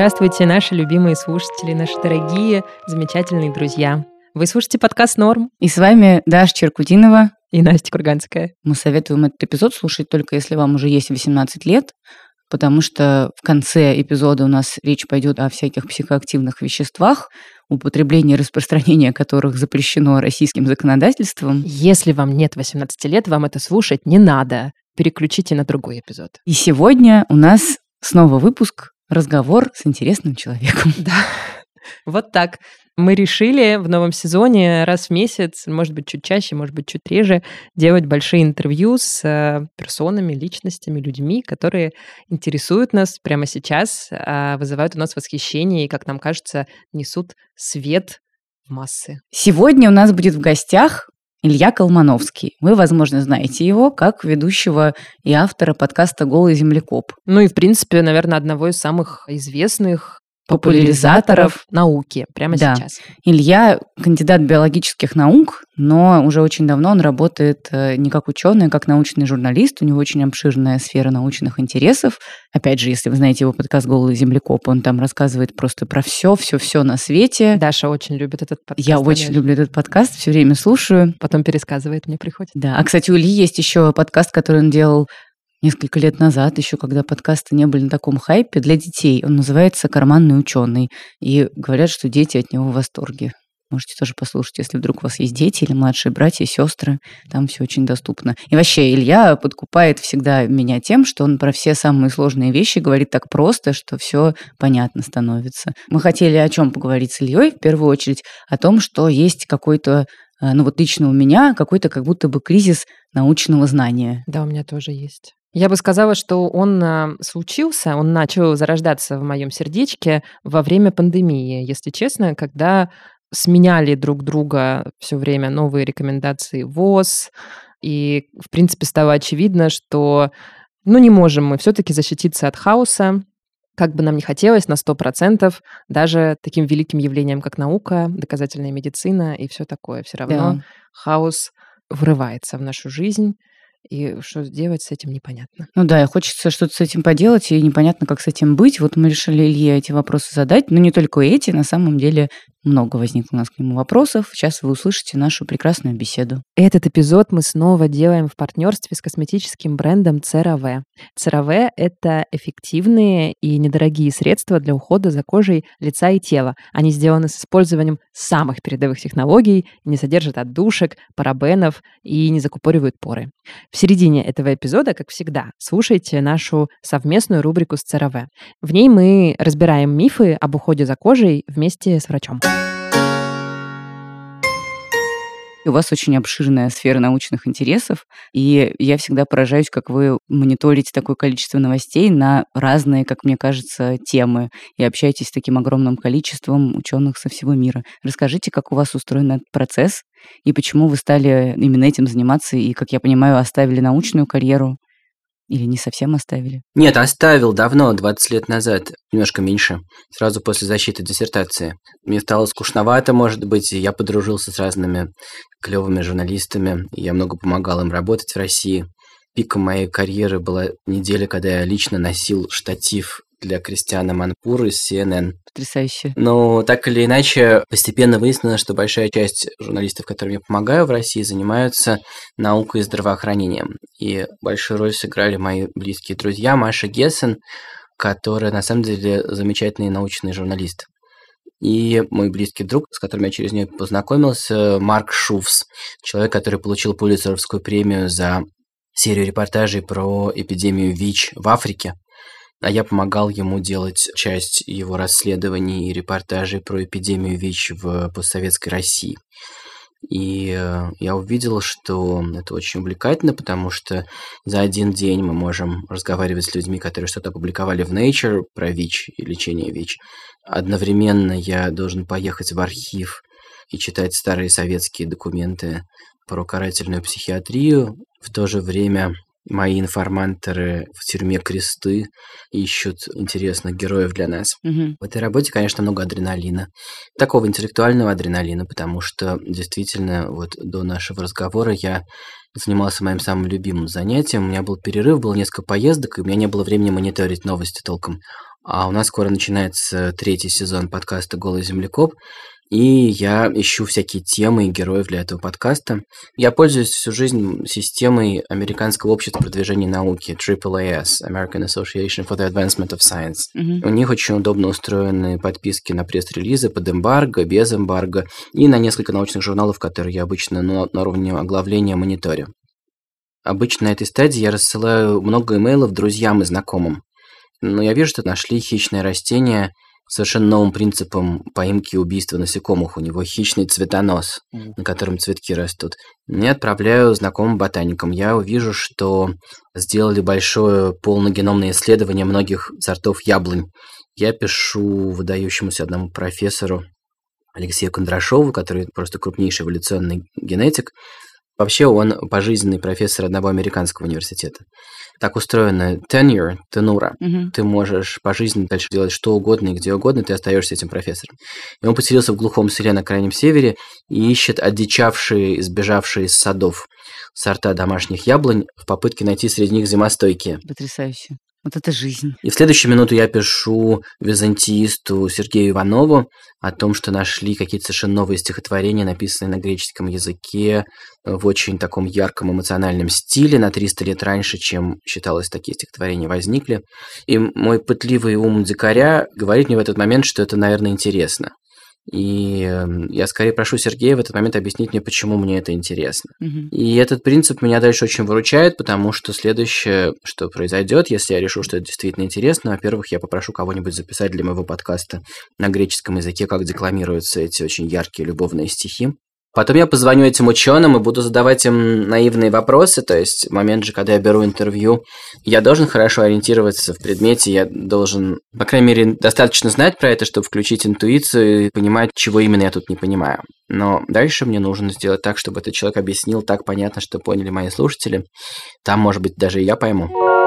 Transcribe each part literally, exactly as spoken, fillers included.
Здравствуйте, наши любимые слушатели, наши дорогие, замечательные друзья. Вы слушаете подкаст «Норм». И с вами Даша Черкудинова и Настя Курганская. Мы советуем этот эпизод слушать только если вам уже есть восемнадцать лет, потому что в конце эпизода у нас речь пойдет о всяких психоактивных веществах, употребление и распространение которых запрещено российским законодательством. Если вам нет восемнадцати лет, вам это слушать не надо. Переключите на другой эпизод. И сегодня у нас снова выпуск «Разговор с интересным человеком». Да, вот так. Мы решили в новом сезоне раз в месяц, может быть, чуть чаще, может быть, чуть реже, делать большие интервью с персонами, личностями, людьми, которые интересуют нас прямо сейчас, вызывают у нас восхищение и, как нам кажется, несут свет в массы. Сегодня у нас будет в гостях Илья Колмановский. Вы, возможно, знаете его как ведущего и автора подкаста «Голый землекоп». Ну и, в принципе, наверное, одного из самых известных популяризаторов науки прямо да. сейчас. Илья кандидат биологических наук, но уже очень давно он работает не как ученый, а как научный журналист. У него очень обширная сфера научных интересов. Опять же, если вы знаете его подкаст «Голый землекоп», он там рассказывает просто про все, все-все на свете. Даша очень любит этот подкаст. Я очень даже. люблю этот подкаст, все время слушаю. Потом пересказывает, мне приходит. Да, а, кстати, у Ильи есть еще подкаст, который он делал несколько лет назад, еще когда подкасты не были на таком хайпе, для детей. Он называется «Карманный ученый». И говорят, что дети от него в восторге. Можете тоже послушать, если вдруг у вас есть дети или младшие братья, сестры. Там все очень доступно. И вообще Илья подкупает всегда меня тем, что он про все самые сложные вещи говорит так просто, что все понятно становится. Мы хотели о чем поговорить с Ильей? В первую очередь о том, что есть какой-то, ну вот лично у меня, какой-то как будто бы кризис научного знания. Да, у меня тоже есть. Я бы сказала, что он случился, он начал зарождаться в моем сердечке во время пандемии, если честно, когда сменяли друг друга все время новые рекомендации ВОЗ, и, в принципе, стало очевидно, что ну, не можем мы все-таки защититься от хаоса, как бы нам ни хотелось, на сто процентов, даже таким великим явлением, как наука, доказательная медицина и все такое. Все равно да. хаос врывается в нашу жизнь. И что сделать с этим, непонятно. Ну да, и хочется что-то с этим поделать, и непонятно, как с этим быть. Вот мы решили Илье эти вопросы задать, но не только эти, на самом деле много возникло у нас к нему вопросов. Сейчас вы услышите нашу прекрасную беседу. Этот эпизод мы снова делаем в партнерстве с косметическим брендом ЦeraVe. ЦeraVe – это эффективные и недорогие средства для ухода за кожей лица и тела. Они сделаны с использованием самых передовых технологий, не содержат отдушек, парабенов и не закупоривают поры. В середине этого эпизода, как всегда, слушайте нашу совместную рубрику с ЦeraVe. В ней мы разбираем мифы об уходе за кожей вместе с врачом. У вас очень обширная сфера научных интересов, и я всегда поражаюсь, как вы мониторите такое количество новостей на разные, как мне кажется, темы, и общаетесь с таким огромным количеством ученых со всего мира. Расскажите, как у вас устроен этот процесс, и почему вы стали именно этим заниматься, и, как я понимаю, оставили научную карьеру, или не совсем оставили? Нет, оставил давно, двадцать лет назад, немножко меньше, сразу после защиты диссертации. Мне стало скучновато, может быть, и я подружился с разными клевыми журналистами, и я много помогал им работать в России. Пиком моей карьеры была неделя, когда я лично носил штатив для Кристиана Манпура из си эн эн. Потрясающе. Но так или иначе, постепенно выяснилось, что большая часть журналистов, которым я помогаю в России, занимаются наукой и здравоохранением. И большую роль сыграли мои близкие друзья Маша Гессен, которая на самом деле замечательный научный журналист. И мой близкий друг, с которым я через нее познакомился, Марк Шуфс, человек, который получил Пулитцеровскую премию за серию репортажей про эпидемию ВИЧ в Африке. А я помогал ему делать часть его расследований и репортажей про эпидемию ВИЧ в постсоветской России. И я увидел, что это очень увлекательно, потому что за один день мы можем разговаривать с людьми, которые что-то опубликовали в Nature про ВИЧ и лечение ВИЧ. Одновременно я должен поехать в архив и читать старые советские документы про карательную психиатрию. В то же время мои информаторы в тюрьме Кресты ищут интересных героев для нас. Угу. В этой работе, конечно, много адреналина. Такого интеллектуального адреналина, потому что действительно вот до нашего разговора я занимался моим самым любимым занятием. У меня был перерыв, было несколько поездок, и у меня не было времени мониторить новости толком. А у нас скоро начинается третий сезон подкаста «Голый землекоп», и я ищу всякие темы и героев для этого подкаста. Я пользуюсь всю жизнь системой Американского общества продвижения науки, трипл эй эс, American Association for the Advancement of Science. Мгм. У них очень удобно устроены подписки на пресс-релизы под эмбарго, без эмбарго, и на несколько научных журналов, которые я обычно на, на уровне оглавления мониторю. Обычно на этой стадии я рассылаю много имейлов друзьям и знакомым. Но я вижу, что нашли хищное растение с совершенно новым принципом поимки и убийства насекомых. У него хищный цветонос, Мгм. на котором цветки растут. Я отправляю знакомым ботаникам. Я увижу, что сделали большое полногеномное исследование многих сортов яблонь. Я пишу выдающемуся одному профессору Алексею Кондрашову, который просто крупнейший эволюционный генетик. Вообще он пожизненный профессор одного американского университета. Так устроена tenure, тенура. Мгм. Ты можешь пожизненно дальше делать что угодно и где угодно, ты остаешься этим профессором. И он поселился в глухом селе на Крайнем Севере и ищет одичавшие, сбежавшие из садов сорта домашних яблонь в попытке найти среди них зимостойкие. Потрясающе. Вот это жизнь. И в следующую минуту я пишу византиисту Сергею Иванову о том, что нашли какие-то совершенно новые стихотворения, написанные на греческом языке, в очень таком ярком эмоциональном стиле, на триста лет раньше, чем считалось, такие стихотворения возникли. И мой пытливый ум дикаря говорит мне в этот момент, что это, наверное, интересно. И э, я скорее прошу Сергея в этот момент объяснить мне, почему мне это интересно. Мгм. И этот принцип меня дальше очень выручает, потому что следующее, что произойдет, если я решу, что это действительно интересно, во-первых, я попрошу кого-нибудь записать для моего подкаста на греческом языке, как декламируются эти очень яркие любовные стихи. Потом я позвоню этим ученым и буду задавать им наивные вопросы, то есть в момент же, когда я беру интервью, я должен хорошо ориентироваться в предмете, я должен, по крайней мере, достаточно знать про это, чтобы включить интуицию и понимать, чего именно я тут не понимаю. Но дальше мне нужно сделать так, чтобы этот человек объяснил так понятно, что поняли мои слушатели. Там, может быть, даже и я пойму.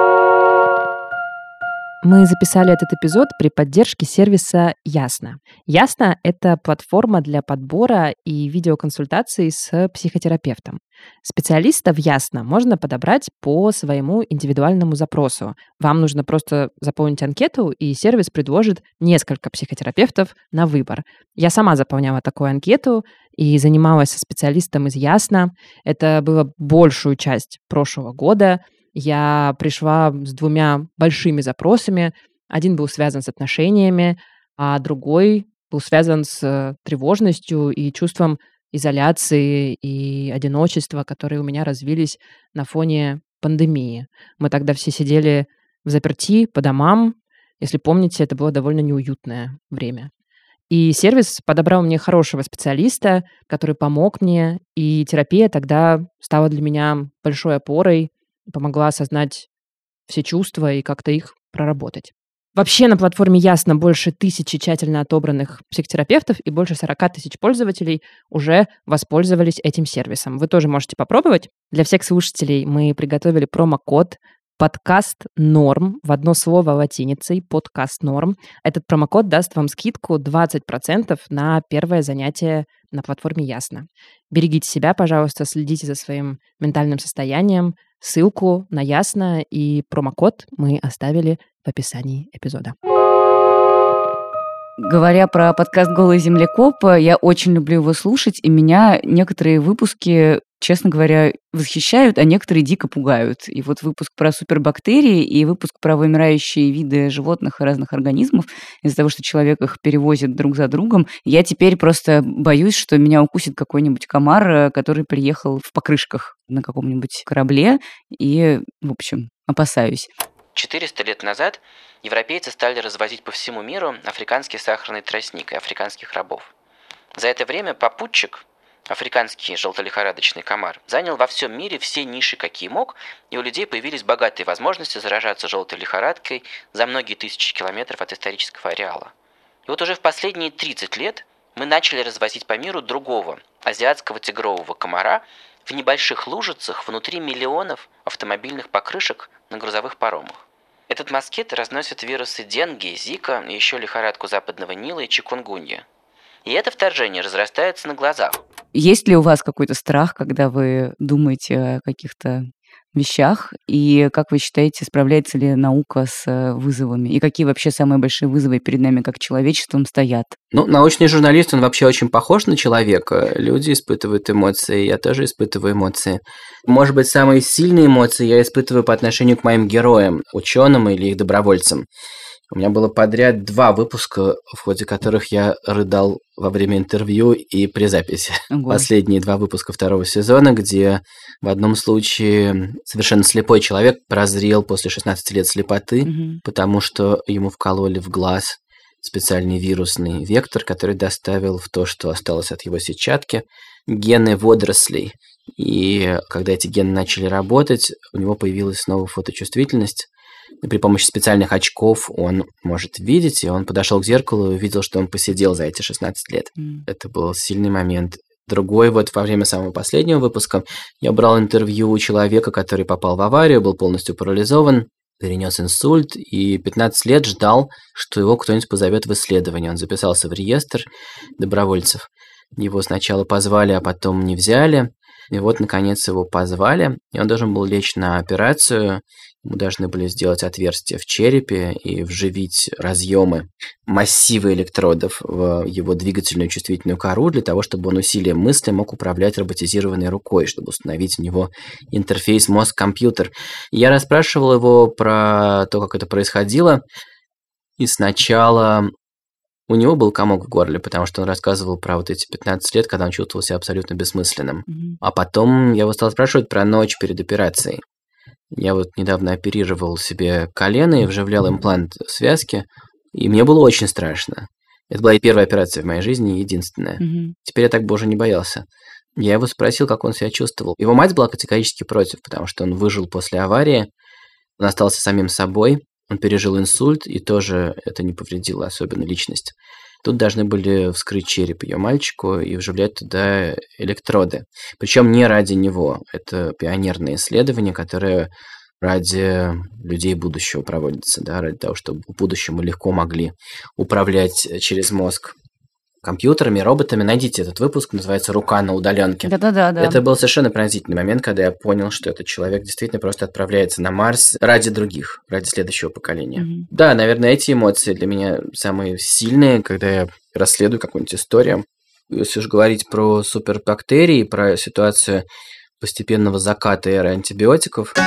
Мы записали этот эпизод при поддержке сервиса Ясно. Ясно — это платформа для подбора и видеоконсультаций с психотерапевтом. Специалиста в Ясно можно подобрать по своему индивидуальному запросу. Вам нужно просто заполнить анкету, и сервис предложит несколько психотерапевтов на выбор. Я сама заполняла такую анкету и занималась со специалистом из Ясно. Это было большую часть прошлого года. Я пришла с двумя большими запросами. Один был связан с отношениями, а другой был связан с тревожностью и чувством изоляции и одиночества, которые у меня развились на фоне пандемии. Мы тогда все сидели взаперти по домам. Если помните, это было довольно неуютное время. И сервис подобрал мне хорошего специалиста, который помог мне, и терапия тогда стала для меня большой опорой, помогла осознать все чувства и как-то их проработать. Вообще на платформе Ясно больше тысячи тщательно отобранных психотерапевтов и больше сорок тысяч пользователей уже воспользовались этим сервисом. Вы тоже можете попробовать. Для всех слушателей мы приготовили промокод подкаст норм в одно слово латиницей, подкаст норм. Этот промокод даст вам скидку двадцать процентов на первое занятие на платформе Ясно. Берегите себя, пожалуйста, следите за своим ментальным состоянием. Ссылку на Ясно и промокод мы оставили в описании эпизода. Говоря про подкаст «Голый землекоп», я очень люблю его слушать, и меня некоторые выпуски, честно говоря, восхищают, а некоторые дико пугают. И вот выпуск про супербактерии и выпуск про вымирающие виды животных и разных организмов, из-за того, что человек их перевозит друг за другом, я теперь просто боюсь, что меня укусит какой-нибудь комар, который приехал в покрышках на каком-нибудь корабле, и, в общем, опасаюсь. четыреста лет назад европейцы стали развозить по всему миру африканский сахарный тростник и африканских рабов. За это время попутчик, африканский желтолихорадочный комар, занял во всем мире все ниши, какие мог, и у людей появились богатые возможности заражаться желтой лихорадкой за многие тысячи километров от исторического ареала. И вот уже в последние тридцать лет мы начали развозить по миру другого, азиатского тигрового комара, в небольших лужицах внутри миллионов автомобильных покрышек на грузовых паромах. Этот москит разносит вирусы денге, зика, и еще лихорадку западного Нила и чикунгунья. И это вторжение разрастается на глазах. Есть ли у вас какой-то страх, когда вы думаете о каких-то вещах. И как вы считаете, справляется ли наука с э, вызовами? И какие вообще самые большие вызовы перед нами как человечеством стоят? Ну, научный журналист, он вообще очень похож на человека. Люди испытывают эмоции, я тоже испытываю эмоции. Может быть, самые сильные эмоции я испытываю по отношению к моим героям, ученым или их добровольцам. У меня было подряд два выпуска, в ходе которых я рыдал во время интервью и при записи. Ого. Последние два выпуска второго сезона, где в одном случае совершенно слепой человек прозрел после шестнадцати лет слепоты, Мгм. потому что ему вкололи в глаз специальный вирусный вектор, который доставил в то, что осталось от его сетчатки, гены водорослей. И когда эти гены начали работать, у него появилась снова фоточувствительность. И при помощи специальных очков он может видеть, и он подошел к зеркалу и увидел, что он посидел за эти шестнадцать лет. М. Это был сильный момент. Другой, вот во время самого последнего выпуска я брал интервью у человека, который попал в аварию, был полностью парализован, перенес инсульт и пятнадцать лет ждал, что его кто-нибудь позовет в исследование. Он записался в реестр добровольцев. Его сначала позвали, а потом не взяли. И вот, наконец, его позвали, и он должен был лечь на операцию. Ему должны были сделать отверстие в черепе и вживить разъемы, массивы электродов в его двигательную чувствительную кору для того, чтобы он усилием мысли мог управлять роботизированной рукой, чтобы установить у него интерфейс мозг-компьютер. Я расспрашивал его про то, как это происходило, и сначала у него был комок в горле, потому что он рассказывал про вот эти пятнадцать лет, когда он чувствовал себя абсолютно бессмысленным. Мгм. А потом я его стал спрашивать про ночь перед операцией. Я вот недавно оперировал себе колено и вживлял имплант в связке, и мне было очень страшно. Это была и первая операция в моей жизни, и единственная. Мгм. Теперь я так бы уже не боялся. Я его спросил, как он себя чувствовал. Его мать была категорически против, потому что он выжил после аварии, он остался самим собой, он пережил инсульт, и тоже это не повредило особенно личность. Тут должны были вскрыть череп ее мальчику и вживлять туда электроды. Причем не ради него. Это пионерное исследование, которое ради людей будущего проводится, да, ради того, чтобы в будущем мы легко могли управлять через мозг компьютерами, роботами. Найдите этот выпуск, называется «Рука на удаленке». Да-да-да. да. Это был совершенно пронзительный момент, когда я понял, что этот человек действительно просто отправляется на Марс ради других, ради следующего поколения. Мгм. Да, наверное, эти эмоции для меня самые сильные, когда я расследую какую-нибудь историю. Если уж говорить про супербактерии, про ситуацию постепенного заката эры антибиотиков.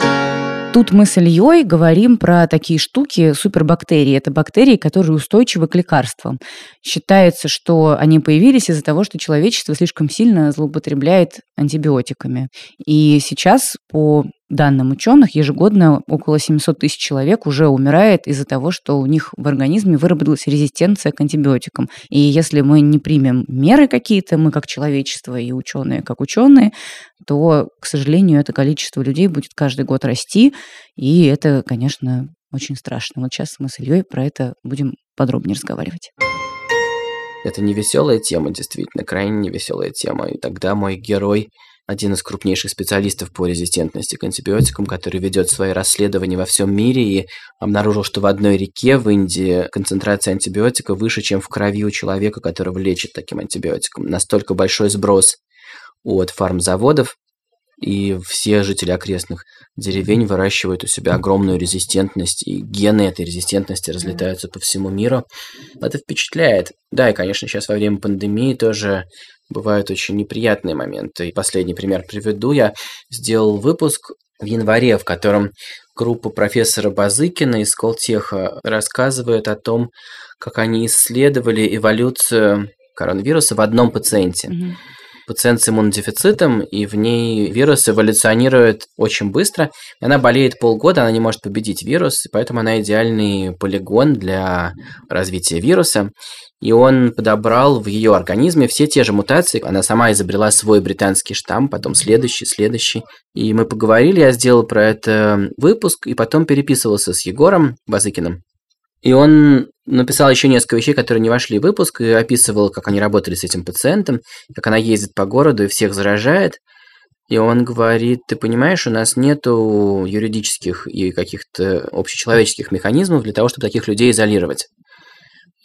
Тут мы с Ильей говорим про такие штуки, супербактерии. Это бактерии, которые устойчивы к лекарствам. Считается, что они появились из-за того, что человечество слишком сильно злоупотребляет антибиотиками. И сейчас, по данным ученых, ежегодно около семьсот тысяч человек уже умирает из-за того, что у них в организме выработалась резистенция к антибиотикам. И если мы не примем меры какие-то, мы как человечество и ученые как ученые, то, к сожалению, это количество людей будет каждый год расти, и это, конечно, очень страшно. Вот сейчас мы с Ильей про это будем подробнее разговаривать. Это не веселая тема, действительно, крайне невеселая тема. И тогда мой герой, один из крупнейших специалистов по резистентности к антибиотикам, который ведет свои расследования во всем мире и обнаружил, что в одной реке в Индии концентрация антибиотика выше, чем в крови у человека, которого лечат таким антибиотиком. Настолько большой сброс от фармзаводов, и все жители окрестных деревень выращивают у себя огромную резистентность, и гены этой резистентности разлетаются по всему миру. Это впечатляет. Да, и, конечно, сейчас во время пандемии тоже бывают очень неприятные моменты. И последний пример приведу. Я сделал выпуск в январе, в котором группа профессора Базыкина из Сколтеха рассказывает о том, как они исследовали эволюцию коронавируса в одном пациенте. Мгм. Пациент с иммунодефицитом, и в ней вирус эволюционирует очень быстро. Она болеет полгода, она не может победить вирус, и поэтому она идеальный полигон для развития вируса. И он подобрал в ее организме все те же мутации. Она сама изобрела свой британский штамм, потом следующий, следующий. И мы поговорили, я сделал про это выпуск, и потом переписывался с Егором Базыкиным. И он написал еще несколько вещей, которые не вошли в выпуск, и описывал, как они работали с этим пациентом, как она ездит по городу и всех заражает. И он говорит: ты понимаешь, у нас нету юридических и каких-то общечеловеческих механизмов для того, чтобы таких людей изолировать.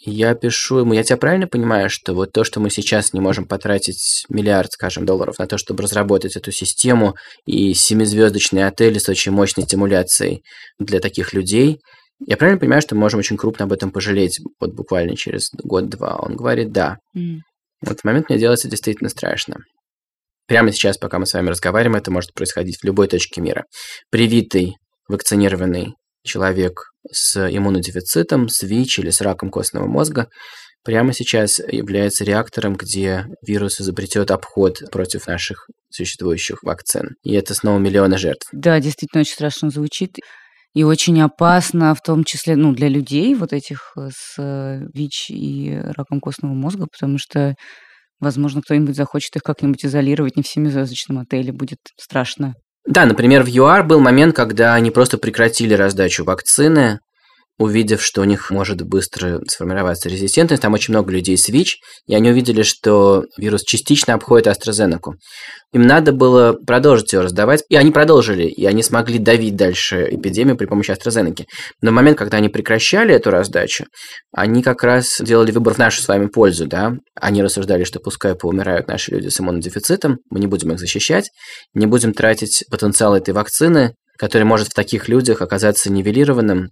Я пишу ему, я тебя правильно понимаю, что вот то, что мы сейчас не можем потратить миллиард, скажем, долларов на то, чтобы разработать эту систему и семизвездочные отели с очень мощной стимуляцией для таких людей, я правильно понимаю, что мы можем очень крупно об этом пожалеть вот буквально через год-два? Он говорит, да. Mm. В этот момент мне делается действительно страшно. Прямо сейчас, пока мы с вами разговариваем, это может происходить в любой точке мира. Привитый, вакцинированный человек с иммунодефицитом, с ВИЧ или с раком костного мозга прямо сейчас является реактором, где вирус изобретет обход против наших существующих вакцин. И это снова миллионы жертв. Да, действительно очень страшно звучит. И очень опасно, в том числе ну, для людей, вот этих с ВИЧ и раком костного мозга, потому что, возможно, кто-нибудь захочет их как-нибудь изолировать не в семизвездочном отеле, будет страшно. Да, например, в ЮАР был момент, когда они просто прекратили раздачу вакцины, увидев, что у них может быстро сформироваться резистентность. Там очень много людей с ВИЧ, и они увидели, что вирус частично обходит AstraZeneca. Им надо было продолжить ее раздавать, и они продолжили, и они смогли давить дальше эпидемию при помощи AstraZeneca. Но в момент, когда они прекращали эту раздачу, они как раз делали выбор в нашу с вами пользу, да. Они рассуждали, что пускай поумирают наши люди с иммунодефицитом, мы не будем их защищать, не будем тратить потенциал этой вакцины, который может в таких людях оказаться нивелированным,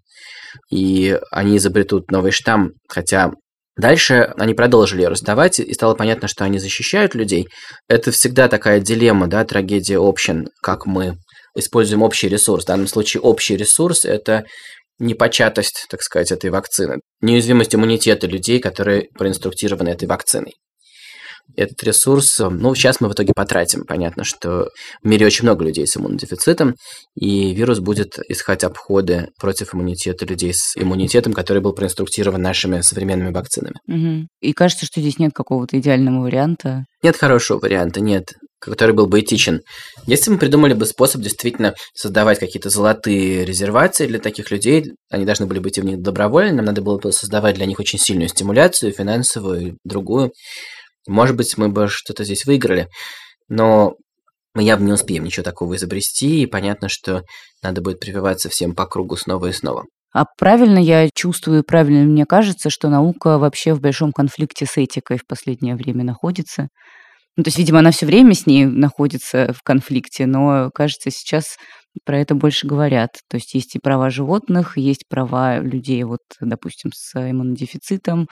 и они изобретут новый штамм, хотя дальше они продолжили ее раздавать, и стало понятно, что они защищают людей. Это всегда такая дилемма, да, трагедия общин, как мы используем общий ресурс. В данном случае общий ресурс – это непочатость, так сказать, этой вакцины, неуязвимость иммунитета людей, которые проинструктированы этой вакциной. Этот ресурс, ну, сейчас мы в итоге потратим. Понятно, что в мире очень много людей с иммунодефицитом, и вирус будет искать обходы против иммунитета людей с иммунитетом, который был проинструктирован нашими современными вакцинами. Угу. И кажется, что здесь нет какого-то идеального варианта. Нет хорошего варианта, нет, который был бы этичен. Если мы придумали бы способ действительно создавать какие-то золотые резервации для таких людей, они должны были быть в них добровольны, нам надо было бы создавать для них очень сильную стимуляцию, финансовую и другую. Может быть, мы бы что-то здесь выиграли, но мы явно не успеем ничего такого изобрести, и понятно, что надо будет прививаться всем по кругу снова и снова. А правильно я чувствую, правильно мне кажется, что наука вообще в большом конфликте с этикой в последнее время находится? Ну, то есть, видимо, она все время с ней находится в конфликте, но, кажется, сейчас про это больше говорят. То есть, есть и права животных, есть права людей, вот, допустим, с иммунодефицитом,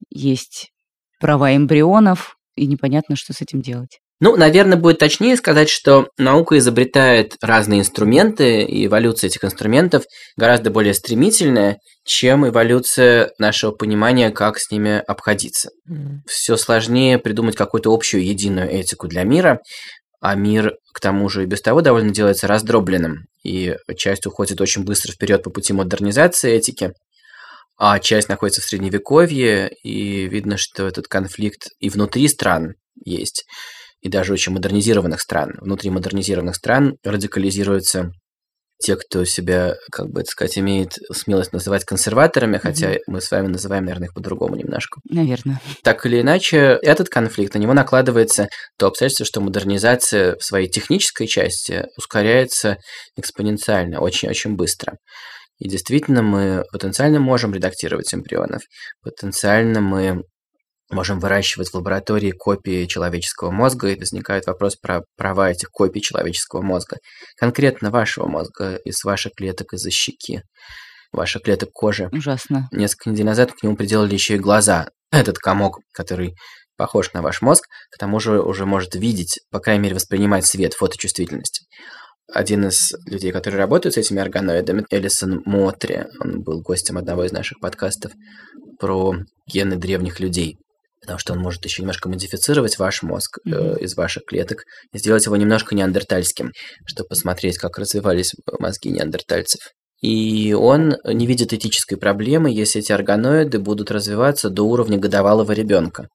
есть права эмбрионов, и непонятно, что с этим делать. Ну, наверное, будет точнее сказать, что наука изобретает разные инструменты, и эволюция этих инструментов гораздо более стремительная, чем эволюция нашего понимания, как с ними обходиться. Mm. Все сложнее придумать какую-то общую единую этику для мира, а мир, к тому же, и без того довольно делается раздробленным, и часть уходит очень быстро вперед по пути модернизации этики, а часть находится в Средневековье, и видно, что этот конфликт и внутри стран есть, и даже очень модернизированных стран. Внутри модернизированных стран радикализируются те, кто себя, как бы это сказать, имеет смелость называть консерваторами, mm-hmm. хотя мы с вами называем, наверное, их по-другому немножко. Наверное. Так или иначе, этот конфликт, на него накладывается то обстоятельство, что модернизация в своей технической части ускоряется экспоненциально, очень-очень быстро. И действительно, мы потенциально можем редактировать эмбрионов, потенциально мы можем выращивать в лаборатории копии человеческого мозга, и возникает вопрос про права этих копий человеческого мозга. Конкретно вашего мозга, из ваших клеток, из-за щеки, ваших клеток кожи. Ужасно. Несколько недель назад к нему приделали еще и глаза. Этот комок, который похож на ваш мозг, к тому же уже может видеть, по крайней мере, воспринимать свет, фоточувствительность. Один из людей, которые работают с этими органоидами, Элисон Мотри, он был гостем одного из наших подкастов про гены древних людей, потому что он может еще немножко модифицировать ваш мозг mm-hmm. э, из ваших клеток и сделать его немножко неандертальским, чтобы посмотреть, как развивались мозги неандертальцев. И он не видит этической проблемы, если эти органоиды будут развиваться до уровня годовалого ребенка.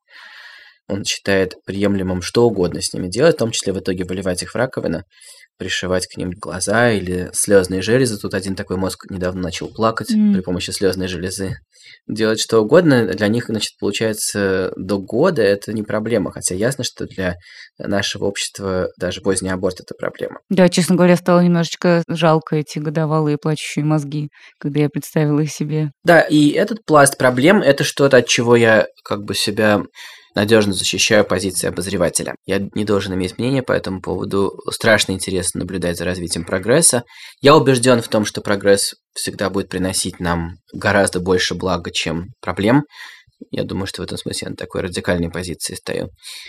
Он считает приемлемым что угодно с ними делать, в том числе в итоге выливать их в раковину, пришивать к ним глаза или слезные железы. Тут один такой мозг недавно начал плакать mm. при помощи слезной железы. делать что угодно. Для них, значит, получается, до года это не проблема. Хотя ясно, что для нашего общества даже поздний аборт – это проблема. Да, честно говоря, стало немножечко жалко эти годовалые плачущие мозги, когда я представила их себе. Да, и этот пласт проблем – это что-то, от чего я как бы себя надежно защищаю позиции обозревателя. Я не должен иметь мнения по этому поводу. Страшно интересно наблюдать за развитием прогресса. Я убежден в том, что прогресс всегда будет приносить нам гораздо больше блага, чем проблем. Я думаю, что в этом смысле я на такой радикальной позиции стою.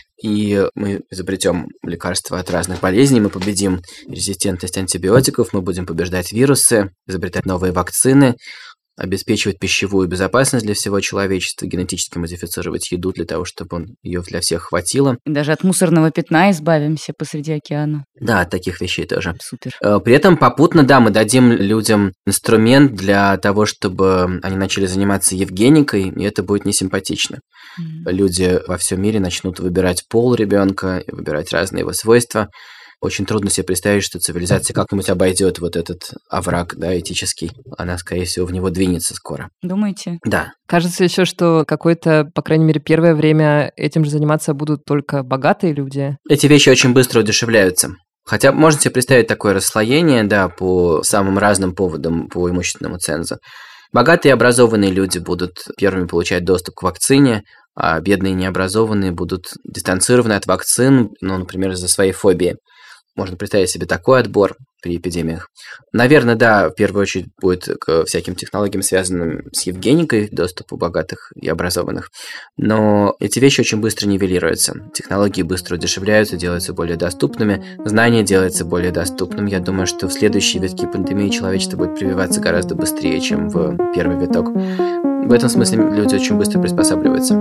И мы изобретем лекарства от разных болезней, мы победим резистентность антибиотиков, мы будем побеждать вирусы, изобретать новые вакцины, обеспечивать пищевую безопасность для всего человечества, генетически модифицировать еду для того, чтобы он, ее для всех хватило. И даже от мусорного пятна избавимся посреди океана. Да, от таких вещей тоже. Супер. При этом попутно, да, мы дадим людям инструмент для того, чтобы они начали заниматься евгеникой, и это будет несимпатично. Mm-hmm. Люди во всем мире начнут выбирать пол ребенка, выбирать разные его свойства. Очень трудно себе представить, что цивилизация как-нибудь обойдет вот этот овраг, да, этический. Она, скорее всего, в него двинется скоро. Думаете? Да. Кажется еще, что какое-то, по крайней мере, первое время этим же заниматься будут только богатые люди. Эти вещи очень быстро удешевляются. Хотя можно себе представить такое расслоение, да, по самым разным поводам, по имущественному цензу. Богатые и образованные люди будут первыми получать доступ к вакцине, а бедные и необразованные будут дистанцированы от вакцин, ну, например, из-за своей фобии. Можно представить себе такой отбор при эпидемиях. Наверное, да, в первую очередь будет к всяким технологиям, связанным с евгеникой, доступ у богатых и образованных. Но эти вещи очень быстро нивелируются. Технологии быстро удешевляются, делаются более доступными, знание делается более доступным. Я думаю, что в следующие витки пандемии человечество будет прививаться гораздо быстрее, чем в первый виток. В этом смысле люди очень быстро приспосабливаются.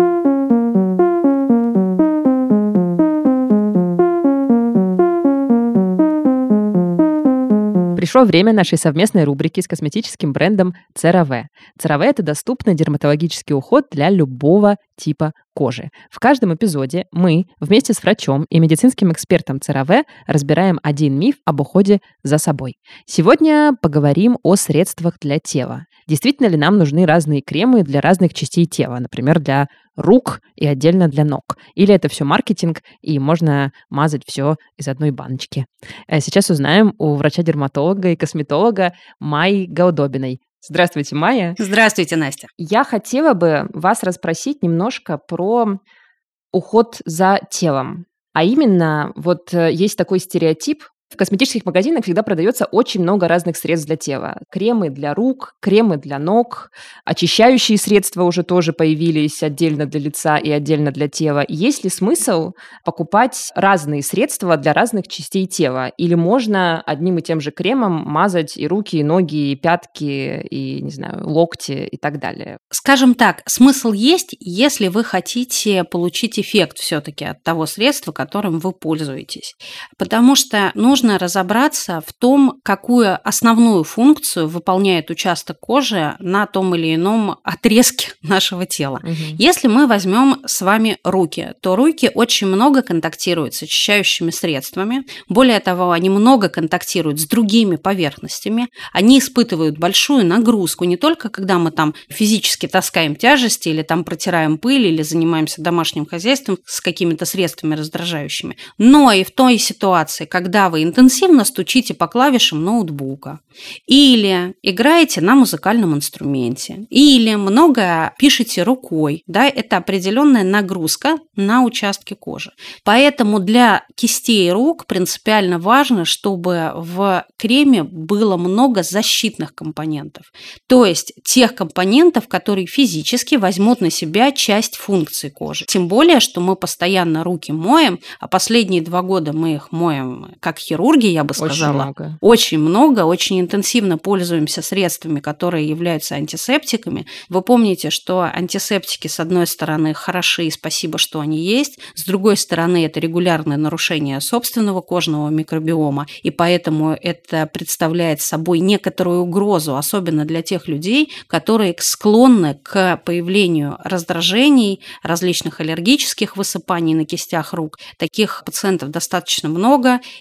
Пришло время нашей совместной рубрики с косметическим брендом CeraVe. CeraVe – это доступный дерматологический уход для любого типа кожи. В каждом эпизоде мы вместе с врачом и медицинским экспертом CeraVe разбираем один миф об уходе за собой. Сегодня поговорим о средствах для тела. Действительно ли нам нужны разные кремы для разных частей тела, например, для рук и отдельно для ног? Или это все маркетинг, и можно мазать все из одной баночки? Сейчас узнаем у врача-дерматолога и косметолога Майи Гаудобиной. Здравствуйте, Майя. Здравствуйте, Настя. Я хотела бы вас расспросить немножко про уход за телом. А именно, вот есть такой стереотип, в косметических магазинах всегда продается очень много разных средств для тела. Кремы для рук, кремы для ног, очищающие средства уже тоже появились отдельно для лица и отдельно для тела. Есть ли смысл покупать разные средства для разных частей тела? Или можно одним и тем же кремом мазать и руки, и ноги, и пятки, и, не знаю, локти и так далее? Скажем так, смысл есть, если вы хотите получить эффект все-таки от того средства, которым вы пользуетесь. Потому что нужно разобраться в том, какую основную функцию выполняет участок кожи на том или ином отрезке нашего тела. Угу. Если мы возьмем с вами руки, то руки очень много контактируют с очищающими средствами. Более того, они много контактируют с другими поверхностями. Они испытывают большую нагрузку не только когда мы там физически таскаем тяжести или там протираем пыль или занимаемся домашним хозяйством с какими-то средствами раздражающими, но и в той ситуации, когда вы интенсивно стучите по клавишам ноутбука, или играете на музыкальном инструменте, или много пишете рукой, да, это определенная нагрузка на участки кожи. Поэтому для кистей рук принципиально важно, чтобы в креме было много защитных компонентов, то есть тех компонентов, которые физически возьмут на себя часть функций кожи. Тем более, что мы постоянно руки моем, а последние два года мы их моем как хирурги, я бы сказала. Очень много. Очень много, очень интенсивно пользуемся средствами, которые являются антисептиками. Вы помните, что антисептики, с одной стороны, хороши, и спасибо, что они есть. С другой стороны, это регулярное нарушение собственного кожного микробиома, и поэтому это представляет собой некоторую угрозу, особенно для тех людей, которые склонны к появлению раздражений, различных аллергических высыпаний на кистях рук. Таких пациентов достаточно много, и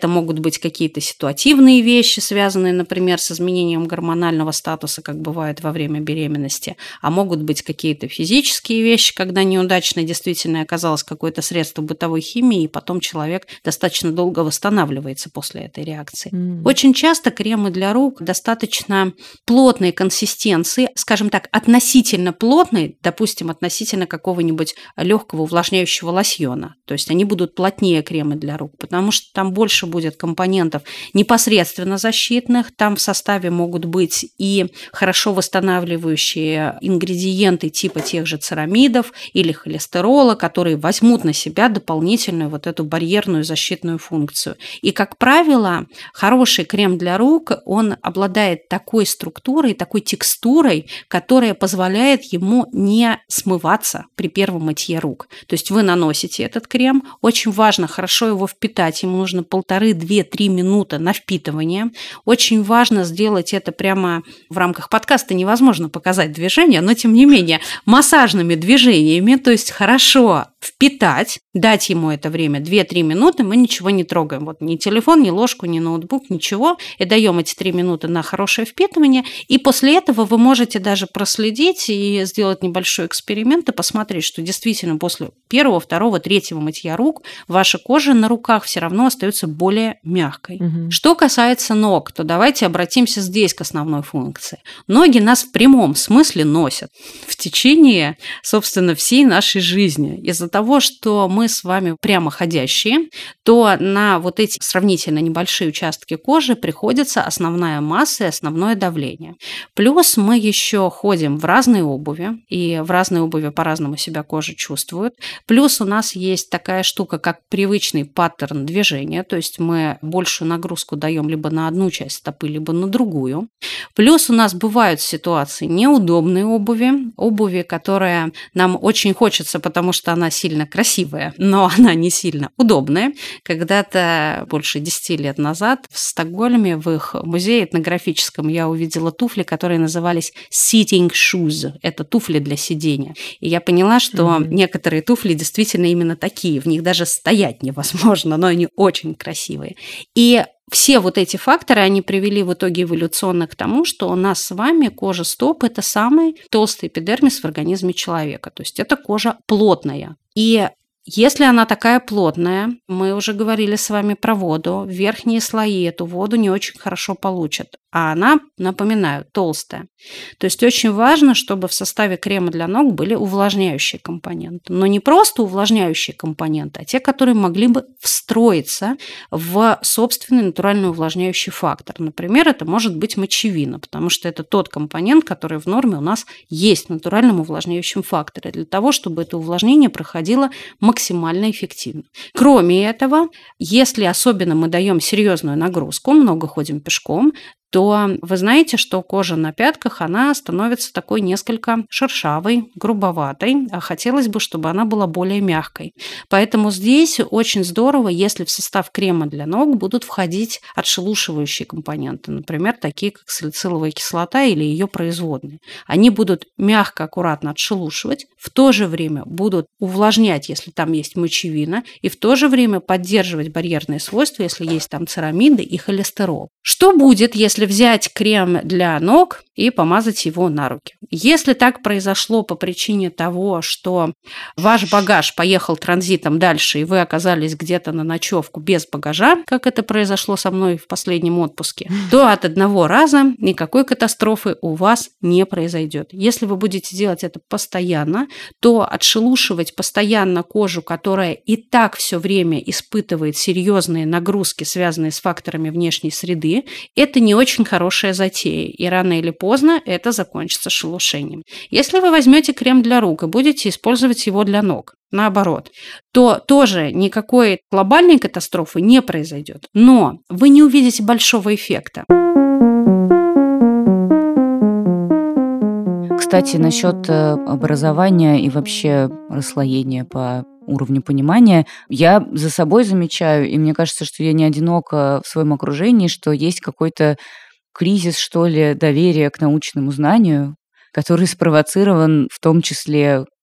Это могут быть какие-то ситуативные вещи, связанные, например, с изменением гормонального статуса, как бывает во время беременности, а могут быть какие-то физические вещи, когда неудачно действительно оказалось какое-то средство бытовой химии, и потом человек достаточно долго восстанавливается после этой реакции. Mm. Очень часто кремы для рук достаточно плотной консистенции, скажем так, относительно плотной, допустим, относительно какого-нибудь легкого увлажняющего лосьона. То есть они будут плотнее кремы для рук, потому что там больше будет компонентов непосредственно защитных, там в составе могут быть и хорошо восстанавливающие ингредиенты типа тех же церамидов или холестерола, которые возьмут на себя дополнительную вот эту барьерную защитную функцию. И, как правило, хороший крем для рук, он обладает такой структурой, такой текстурой, которая позволяет ему не смываться при первом мытье рук. То есть вы наносите этот крем, очень важно хорошо его впитать, ему нужно полторы-две-три минуты на впитывание. Очень важно сделать это прямо в рамках подкаста, невозможно показать движение, но тем не менее массажными движениями, то есть хорошо впитать, дать ему это время две-три минуты, мы ничего не трогаем. Вот ни телефон, ни ложку, ни ноутбук, ничего. И даем эти три минуты на хорошее впитывание. И после этого вы можете даже проследить и сделать небольшой эксперимент и посмотреть, что действительно после первого, второго, третьего мытья рук ваша кожа на руках все равно остается более мягкой. Угу. Что касается ног, то давайте обратимся здесь к основной функции. Ноги нас в прямом смысле носят в течение, собственно, всей нашей жизни. Из-за того, что мы с вами прямоходящие, то на вот эти сравнительно небольшие участки кожи приходится основная масса и основное давление. Плюс мы еще ходим в разные обуви, и в разной обуви по-разному себя кожа чувствует. Плюс у нас есть такая штука, как привычный паттерн движения, то есть мы большую нагрузку даем либо на одну часть стопы, либо на другую. Плюс у нас бывают ситуации неудобной обуви, обуви, которая нам очень хочется, потому что она сильно красивая, но она не сильно удобная. Когда-то больше десяти лет назад в Стокгольме в их музее этнографическом я увидела туфли, которые назывались sitting shoes. Это туфли для сидения. И я поняла, что mm-hmm. некоторые туфли действительно именно такие. В них даже стоять невозможно, но они очень красивые. И все вот эти факторы, они привели в итоге эволюционно к тому, что у нас с вами кожа стоп – это самый толстый эпидермис в организме человека. То есть это кожа плотная. И если она такая плотная, мы уже говорили с вами про воду, верхние слои эту воду не очень хорошо получат, а она, напоминаю, толстая. То есть очень важно, чтобы в составе крема для ног были увлажняющие компоненты. Но не просто увлажняющие компоненты, а те, которые могли бы встроиться в собственный натуральный увлажняющий фактор. Например, это может быть мочевина, потому что это тот компонент, который в норме у нас есть в натуральном увлажняющем факторе, для того, чтобы это увлажнение проходило максимально эффективно. Кроме этого, если особенно мы даем серьезную нагрузку, много ходим пешком, то вы знаете, что кожа на пятках, она становится такой несколько шершавой, грубоватой, а хотелось бы, чтобы она была более мягкой. Поэтому здесь очень здорово, если в состав крема для ног будут входить отшелушивающие компоненты, например, такие как салициловая кислота или ее производные. Они будут мягко, аккуратно отшелушивать, в то же время будут увлажнять, если там есть мочевина, и в то же время поддерживать барьерные свойства, если есть там церамиды и холестерол. Что будет, если взять крем для ног и помазать его на руки? Если так произошло по причине того, что ваш багаж поехал транзитом дальше, и вы оказались где-то на ночевку без багажа, как это произошло со мной в последнем отпуске, то от одного раза никакой катастрофы у вас не произойдет. Если вы будете делать это постоянно, то отшелушивать постоянно кожу, которая и так все время испытывает серьезные нагрузки, связанные с факторами внешней среды, это не очень хорошая затея, и рано или поздно это закончится шелушением. Если вы возьмете крем для рук и будете использовать его для ног, наоборот, то тоже никакой глобальной катастрофы не произойдет, но вы не увидите большого эффекта. Кстати, насчет образования и вообще расслоения по уровню понимания, я за собой замечаю, и мне кажется, что я не одинока в своем окружении, что есть какой-то кризис, что ли, доверия к научному знанию, который спровоцирован в том числе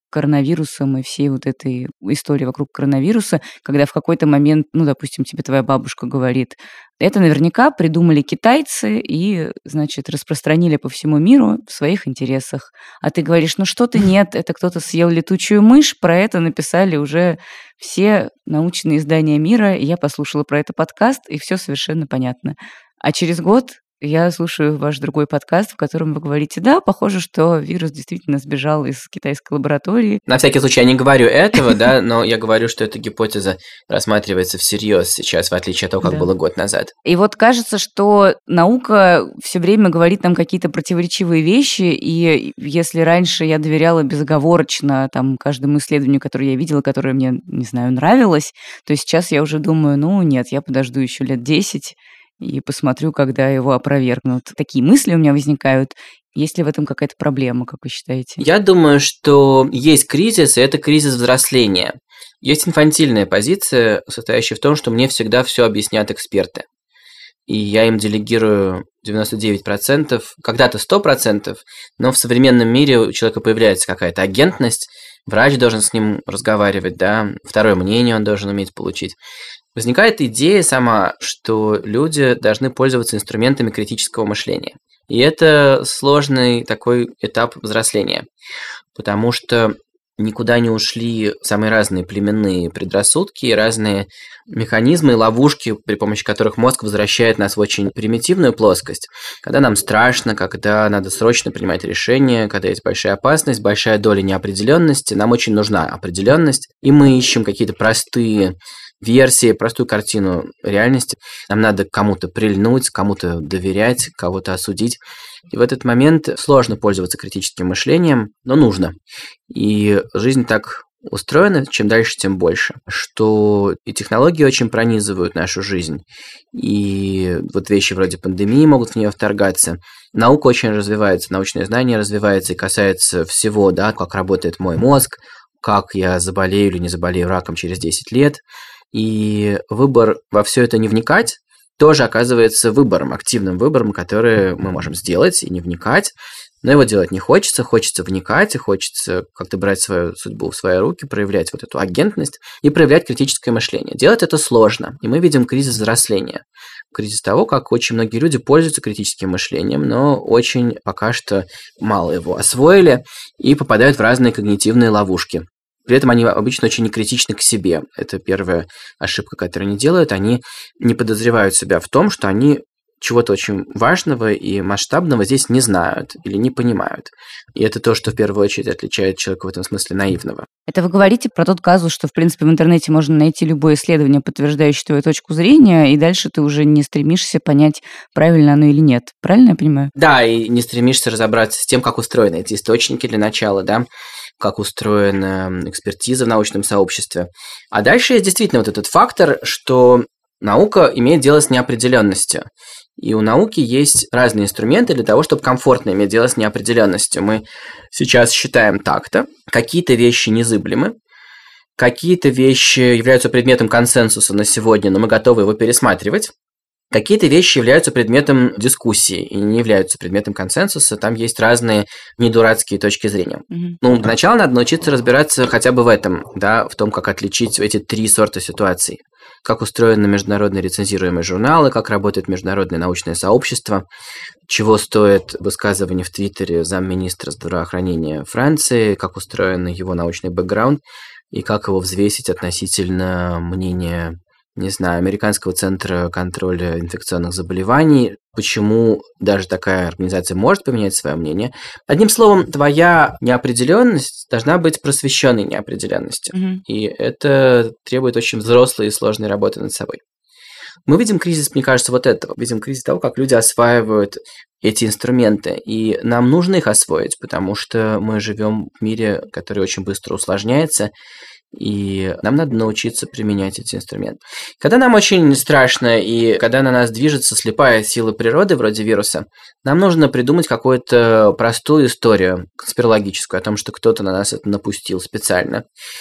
коронавирусом и всей вот этой историей вокруг коронавируса, когда в какой-то момент, ну, допустим, тебе твоя бабушка говорит, это наверняка придумали китайцы и, значит, распространили по всему миру в своих интересах. А ты говоришь, ну что-то нет, это кто-то съел летучую мышь, про это написали уже все научные издания мира, и я послушала про это подкаст, и все совершенно понятно. А через год я слушаю ваш другой подкаст, в котором вы говорите, да, похоже, что вирус действительно сбежал из китайской лаборатории. На всякий случай я не говорю этого, да, но я говорю, что эта гипотеза рассматривается всерьез сейчас, в отличие от того, как Да. было год назад. И вот кажется, что наука все время говорит нам какие-то противоречивые вещи, и если раньше я доверяла безоговорочно там, каждому исследованию, которое я видела, которое мне, не знаю, нравилось, то сейчас я уже думаю, ну нет, я подожду еще лет десять и посмотрю, когда его опровергнут. Такие мысли у меня возникают. Есть ли в этом какая-то проблема, как вы считаете? Я думаю, что есть кризис, и это кризис взросления. Есть инфантильная позиция, состоящая в том, что мне всегда все объяснят эксперты. И я им делегирую девяносто девять процентов, когда-то сто процентов, но в современном мире у человека появляется какая-то агентность, врач должен с ним разговаривать, да, второе мнение он должен уметь получить. Возникает идея сама, что люди должны пользоваться инструментами критического мышления. И это сложный такой этап взросления, потому что никуда не ушли самые разные племенные предрассудки и разные механизмы и ловушки, при помощи которых мозг возвращает нас в очень примитивную плоскость. Когда нам страшно, когда надо срочно принимать решения, когда есть большая опасность, большая доля неопределенности, нам очень нужна определенность, и мы ищем какие-то простые версии, простую картину реальности. Нам надо к кому-то прильнуть, кому-то доверять, кого-то осудить. И в этот момент сложно пользоваться критическим мышлением, но нужно. И жизнь так устроена, чем дальше, тем больше, что и технологии очень пронизывают нашу жизнь, и вот вещи вроде пандемии могут в нее вторгаться. Наука очень развивается, научное знание развивается и касается всего, да, как работает мой мозг, как я заболею или не заболею раком через десять лет. И выбор во все это не вникать тоже оказывается выбором, активным выбором, который мы можем сделать и не вникать, но его делать не хочется, хочется вникать и хочется как-то брать свою судьбу в свои руки, проявлять вот эту агентность и проявлять критическое мышление. Делать это сложно, и мы видим кризис взросления, кризис того, как очень многие люди пользуются критическим мышлением, но очень пока что мало его освоили и попадают в разные когнитивные ловушки. При этом они обычно очень некритичны к себе. Это первая ошибка, которую они делают. Они не подозревают себя в том, что они чего-то очень важного и масштабного здесь не знают или не понимают. И это то, что в первую очередь отличает человека в этом смысле наивного. Это вы говорите про тот казус, что, в принципе, в интернете можно найти любое исследование, подтверждающее твою точку зрения, и дальше ты уже не стремишься понять, правильно оно или нет. Правильно я понимаю? Да, и не стремишься разобраться с тем, как устроены эти источники для начала, да, как устроена экспертиза в научном сообществе. А дальше есть действительно вот этот фактор, что наука имеет дело с неопределенностью. И у науки есть разные инструменты для того, чтобы комфортно иметь дело с неопределенностью. Мы сейчас считаем так-то, какие-то вещи незыблемы, какие-то вещи являются предметом консенсуса на сегодня, но мы готовы его пересматривать. Какие-то вещи являются предметом дискуссии и не являются предметом консенсуса. Там есть разные недурацкие точки зрения. Mm-hmm. Ну, для начала надо научиться разбираться хотя бы в этом, да, в том, как отличить эти три сорта ситуаций. Как устроены международные рецензируемые журналы, как работает международное научное сообщество, чего стоит высказывание в Твиттере замминистра здравоохранения Франции, как устроен его научный бэкграунд и как его взвесить относительно мнения, не знаю, Американского центра контроля инфекционных заболеваний, почему даже такая организация может поменять свое мнение. Одним словом, твоя неопределенность должна быть просвещенной неопределенностью. Mm-hmm. И это требует очень взрослой и сложной работы над собой. Мы видим кризис, мне кажется, вот этого. Видим кризис того, как люди осваивают эти инструменты. И нам нужно их освоить, потому что мы живем в мире, который очень быстро усложняется, и нам надо научиться применять эти инструменты. Когда нам очень страшно, и когда на нас движется слепая сила природы, вроде вируса, нам нужно придумать какую-то простую историю конспирологическую о том, что кто-то на нас это напустил специально.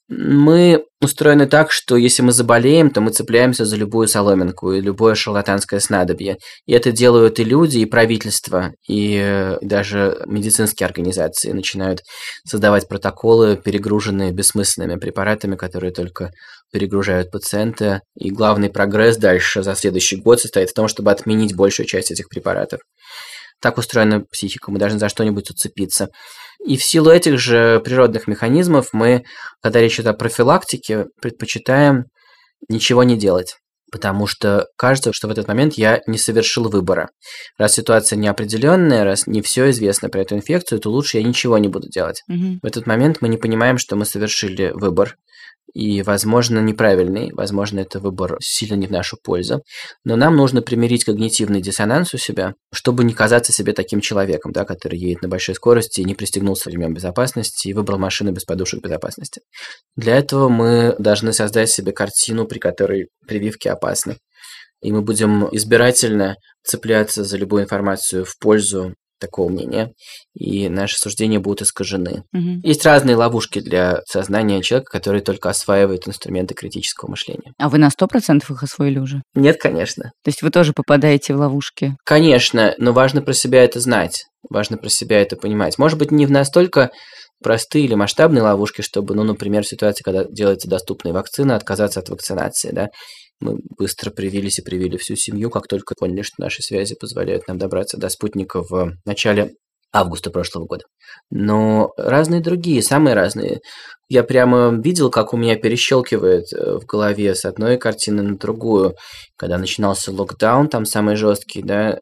Мы устроены так, что если мы заболеем, то мы цепляемся за любую соломинку и любое шарлатанское снадобье. И это делают и люди, и правительство, и даже медицинские организации начинают создавать протоколы, перегруженные бессмысленными препаратами, которые только перегружают пациента. И главный прогресс дальше за следующий год состоит в том, чтобы отменить большую часть этих препаратов. Так устроена психика, мы должны за что-нибудь уцепиться. И в силу этих же природных механизмов мы, когда речь идет о профилактике, предпочитаем ничего не делать. Потому что кажется, что в этот момент я не совершил выбора. Раз ситуация неопределенная, раз не все известно про эту инфекцию, то лучше я ничего не буду делать. Мгм. В этот момент мы не понимаем, что мы совершили выбор. И, возможно, неправильный, возможно, это выбор сильно не в нашу пользу. Но нам нужно примирить когнитивный диссонанс у себя, чтобы не казаться себе таким человеком, да, который едет на большой скорости и не пристегнулся ремнем безопасности и выбрал машину без подушек безопасности. Для этого мы должны создать себе картину, при которой прививки опасны. И мы будем избирательно цепляться за любую информацию в пользу такого мнения, и наши суждения будут искажены. Мгм. Есть разные ловушки для сознания человека, который только осваивает инструменты критического мышления. А вы на сто процентов их освоили уже? Нет, конечно. То есть вы тоже попадаете в ловушки? Конечно, но важно про себя это знать, важно про себя это понимать. Может быть, не в настолько простые или масштабные ловушки, чтобы, ну, например, в ситуации, когда делается доступная вакцина, отказаться от вакцинации, да. Мы быстро привились и привили всю семью, как только поняли, что наши связи позволяют нам добраться до спутника в начале августа прошлого года. Но разные другие, самые разные. Я прямо видел, как у меня перещелкивает в голове с одной картины на другую. Когда начинался локдаун, там самый жесткий, да,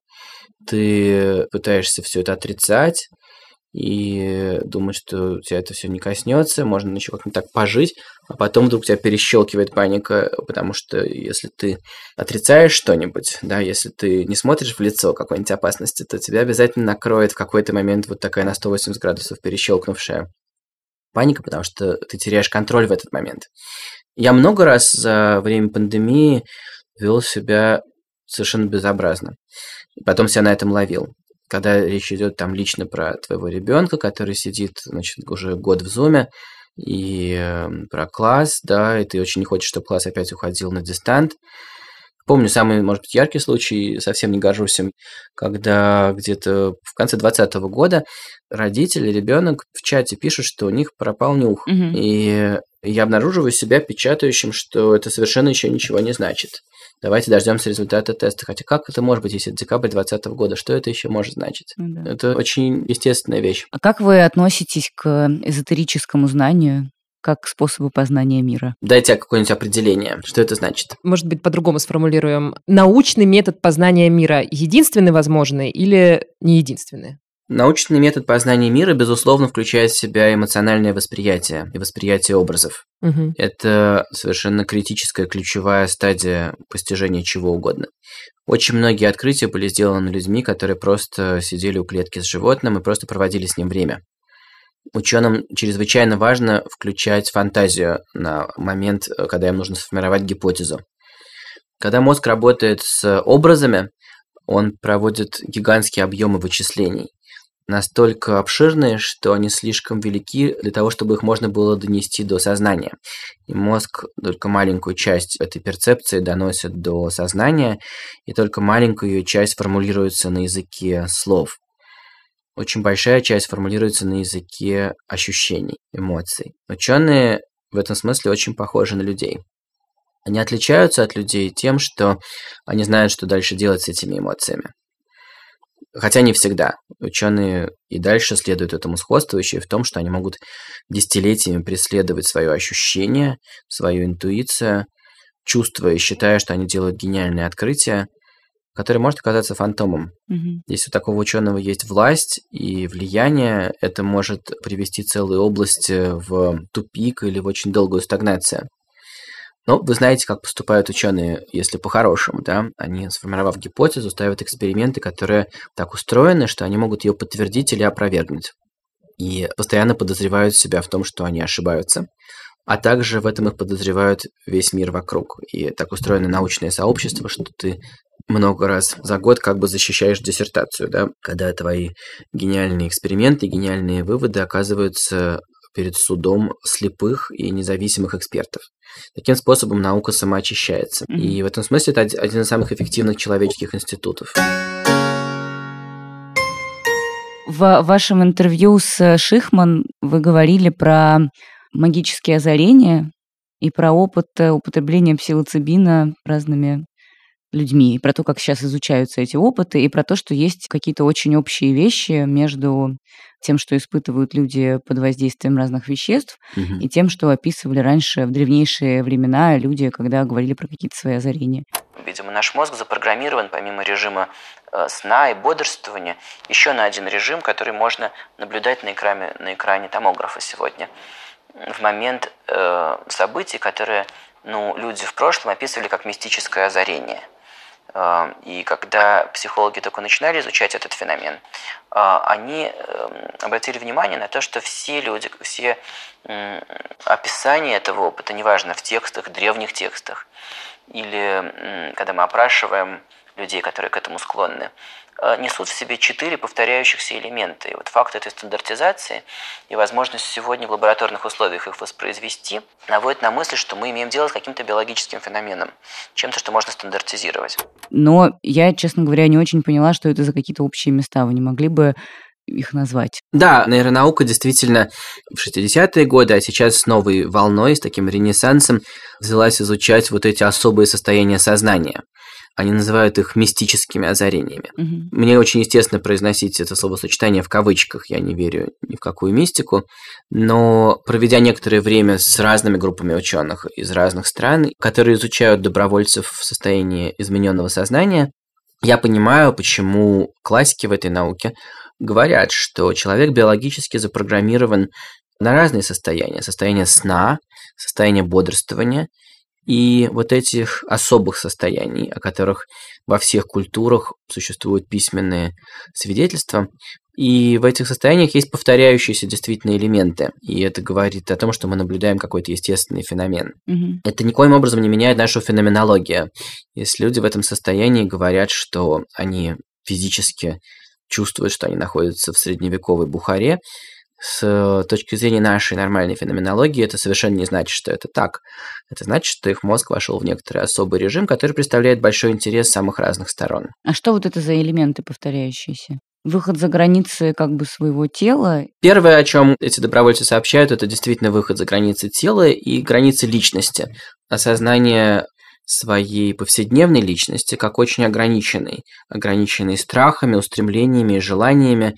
ты пытаешься все это отрицать и думаешь, что тебя это все не коснется, можно еще как-нибудь так пожить, а потом вдруг тебя перещелкивает паника, потому что если ты отрицаешь что-нибудь, да, если ты не смотришь в лицо какой-нибудь опасности, то тебя обязательно накроет в какой-то момент вот такая на сто восемьдесят градусов перещелкнувшая паника, потому что ты теряешь контроль в этот момент. Я много раз за время пандемии вел себя совершенно безобразно. И потом себя на этом ловил. Когда речь идет там лично про твоего ребенка, который сидит, значит, уже год в зуме, и э, про класс, да, и ты очень не хочешь, чтобы класс опять уходил на дистант. Помню самый, может быть, яркий случай, совсем не горжусь им, когда где-то в конце двадцатого года родители, ребенок в чате пишут, что у них пропал нюх. Мгм. И я обнаруживаю себя печатающим, что это совершенно еще ничего не значит. Давайте дождемся результата теста. Хотя как это может быть, если это декабрь двадцатого года? Что это еще может значить? Ну да. Это очень естественная вещь. А как вы относитесь к эзотерическому знанию как к способу познания мира? Дайте какое-нибудь определение. Что это значит? Может быть, по-другому сформулируем. Научный метод познания мира единственный возможный или не единственный? Научный метод познания мира, безусловно, включает в себя эмоциональное восприятие и восприятие образов. Мгм. Это совершенно критическая, ключевая стадия постижения чего угодно. Очень многие открытия были сделаны людьми, которые просто сидели у клетки с животным и просто проводили с ним время. Ученым чрезвычайно важно включать фантазию на момент, когда им нужно сформировать гипотезу. Когда мозг работает с образами, он проводит гигантские объемы вычислений, настолько обширные, что они слишком велики для того, чтобы их можно было донести до сознания. И мозг только маленькую часть этой перцепции доносит до сознания, и только маленькую ее часть формулируется на языке слов. Очень большая часть формулируется на языке ощущений, эмоций. Ученые в этом смысле очень похожи на людей. Они отличаются от людей тем, что они знают, что дальше делать с этими эмоциями. Хотя не всегда. Ученые и дальше следуют этому сходству еще и в том, что они могут десятилетиями преследовать свое ощущение, свою интуицию, чувствуя и считая, что они делают гениальные открытия, который может оказаться фантомом. Мгм. Если у такого ученого есть власть и влияние, это может привести целые области в тупик или в очень долгую стагнацию. Но вы знаете, как поступают ученые, если по-хорошему, да? Они, сформировав гипотезу, ставят эксперименты, которые так устроены, что они могут ее подтвердить или опровергнуть. И постоянно подозревают себя в том, что они ошибаются. А также в этом их подозревают весь мир вокруг. И так устроено научное сообщество, что ты много раз за год как бы защищаешь диссертацию, да? Когда твои гениальные эксперименты, гениальные выводы оказываются перед судом слепых и независимых экспертов. Таким способом наука самоочищается. Mm-hmm. И в этом смысле это один из самых эффективных человеческих институтов. В вашем интервью с Шихман вы говорили про магические озарения и про опыт употребления псилоцибина разными людьми, и про то, как сейчас изучаются эти опыты, и про то, что есть какие-то очень общие вещи между тем, что испытывают люди под воздействием разных веществ, угу. и тем, что описывали раньше в древнейшие времена люди, когда говорили про какие-то свои озарения. Видимо, наш мозг запрограммирован, помимо режима э, сна и бодрствования, еще на один режим, который можно наблюдать на экране, на экране томографа сегодня. В момент э, событий, которые ну, люди в прошлом описывали как мистическое озарение. И когда психологи только начинали изучать этот феномен, они обратили внимание на то, что все люди, все описания этого опыта, неважно в текстах, древних текстах, или когда мы опрашиваем людей, которые к этому склонны, несут в себе четыре повторяющихся элемента. И вот факт этой стандартизации и возможность сегодня в лабораторных условиях их воспроизвести наводит на мысль, что мы имеем дело с каким-то биологическим феноменом, чем-то, что можно стандартизировать. Но я, честно говоря, не очень поняла, что это за какие-то общие места. Вы не могли бы их назвать? Да, нейронаука действительно в шестидесятые годы, а сейчас с новой волной, с таким ренессансом, взялась изучать вот эти особые состояния сознания. Они называют их мистическими озарениями. Угу. Мне очень естественно произносить это словосочетание в кавычках, я не верю ни в какую мистику, но проведя некоторое время с разными группами ученых из разных стран, которые изучают добровольцев в состоянии измененного сознания, я понимаю, почему классики в этой науке говорят, что человек биологически запрограммирован на разные состояния. Состояние сна, состояние бодрствования, и вот этих особых состояний, о которых во всех культурах существуют письменные свидетельства. И в этих состояниях есть повторяющиеся действительно элементы. И это говорит о том, что мы наблюдаем какой-то естественный феномен. Mm-hmm. Это никоим образом не меняет нашу феноменологию. Если люди в этом состоянии говорят, что они физически чувствуют, что они находятся в средневековой Бухаре, с точки зрения нашей нормальной феноменологии, это совершенно не значит, что это так. Это значит, что их мозг вошел в некоторый особый режим, который представляет большой интерес с самых разных сторон. А что вот это за элементы повторяющиеся? Выход за границы как бы своего тела? Первое, о чем эти добровольцы сообщают, это действительно выход за границы тела и границы личности. Осознание своей повседневной личности как очень ограниченной, ограниченной страхами, устремлениями и желаниями,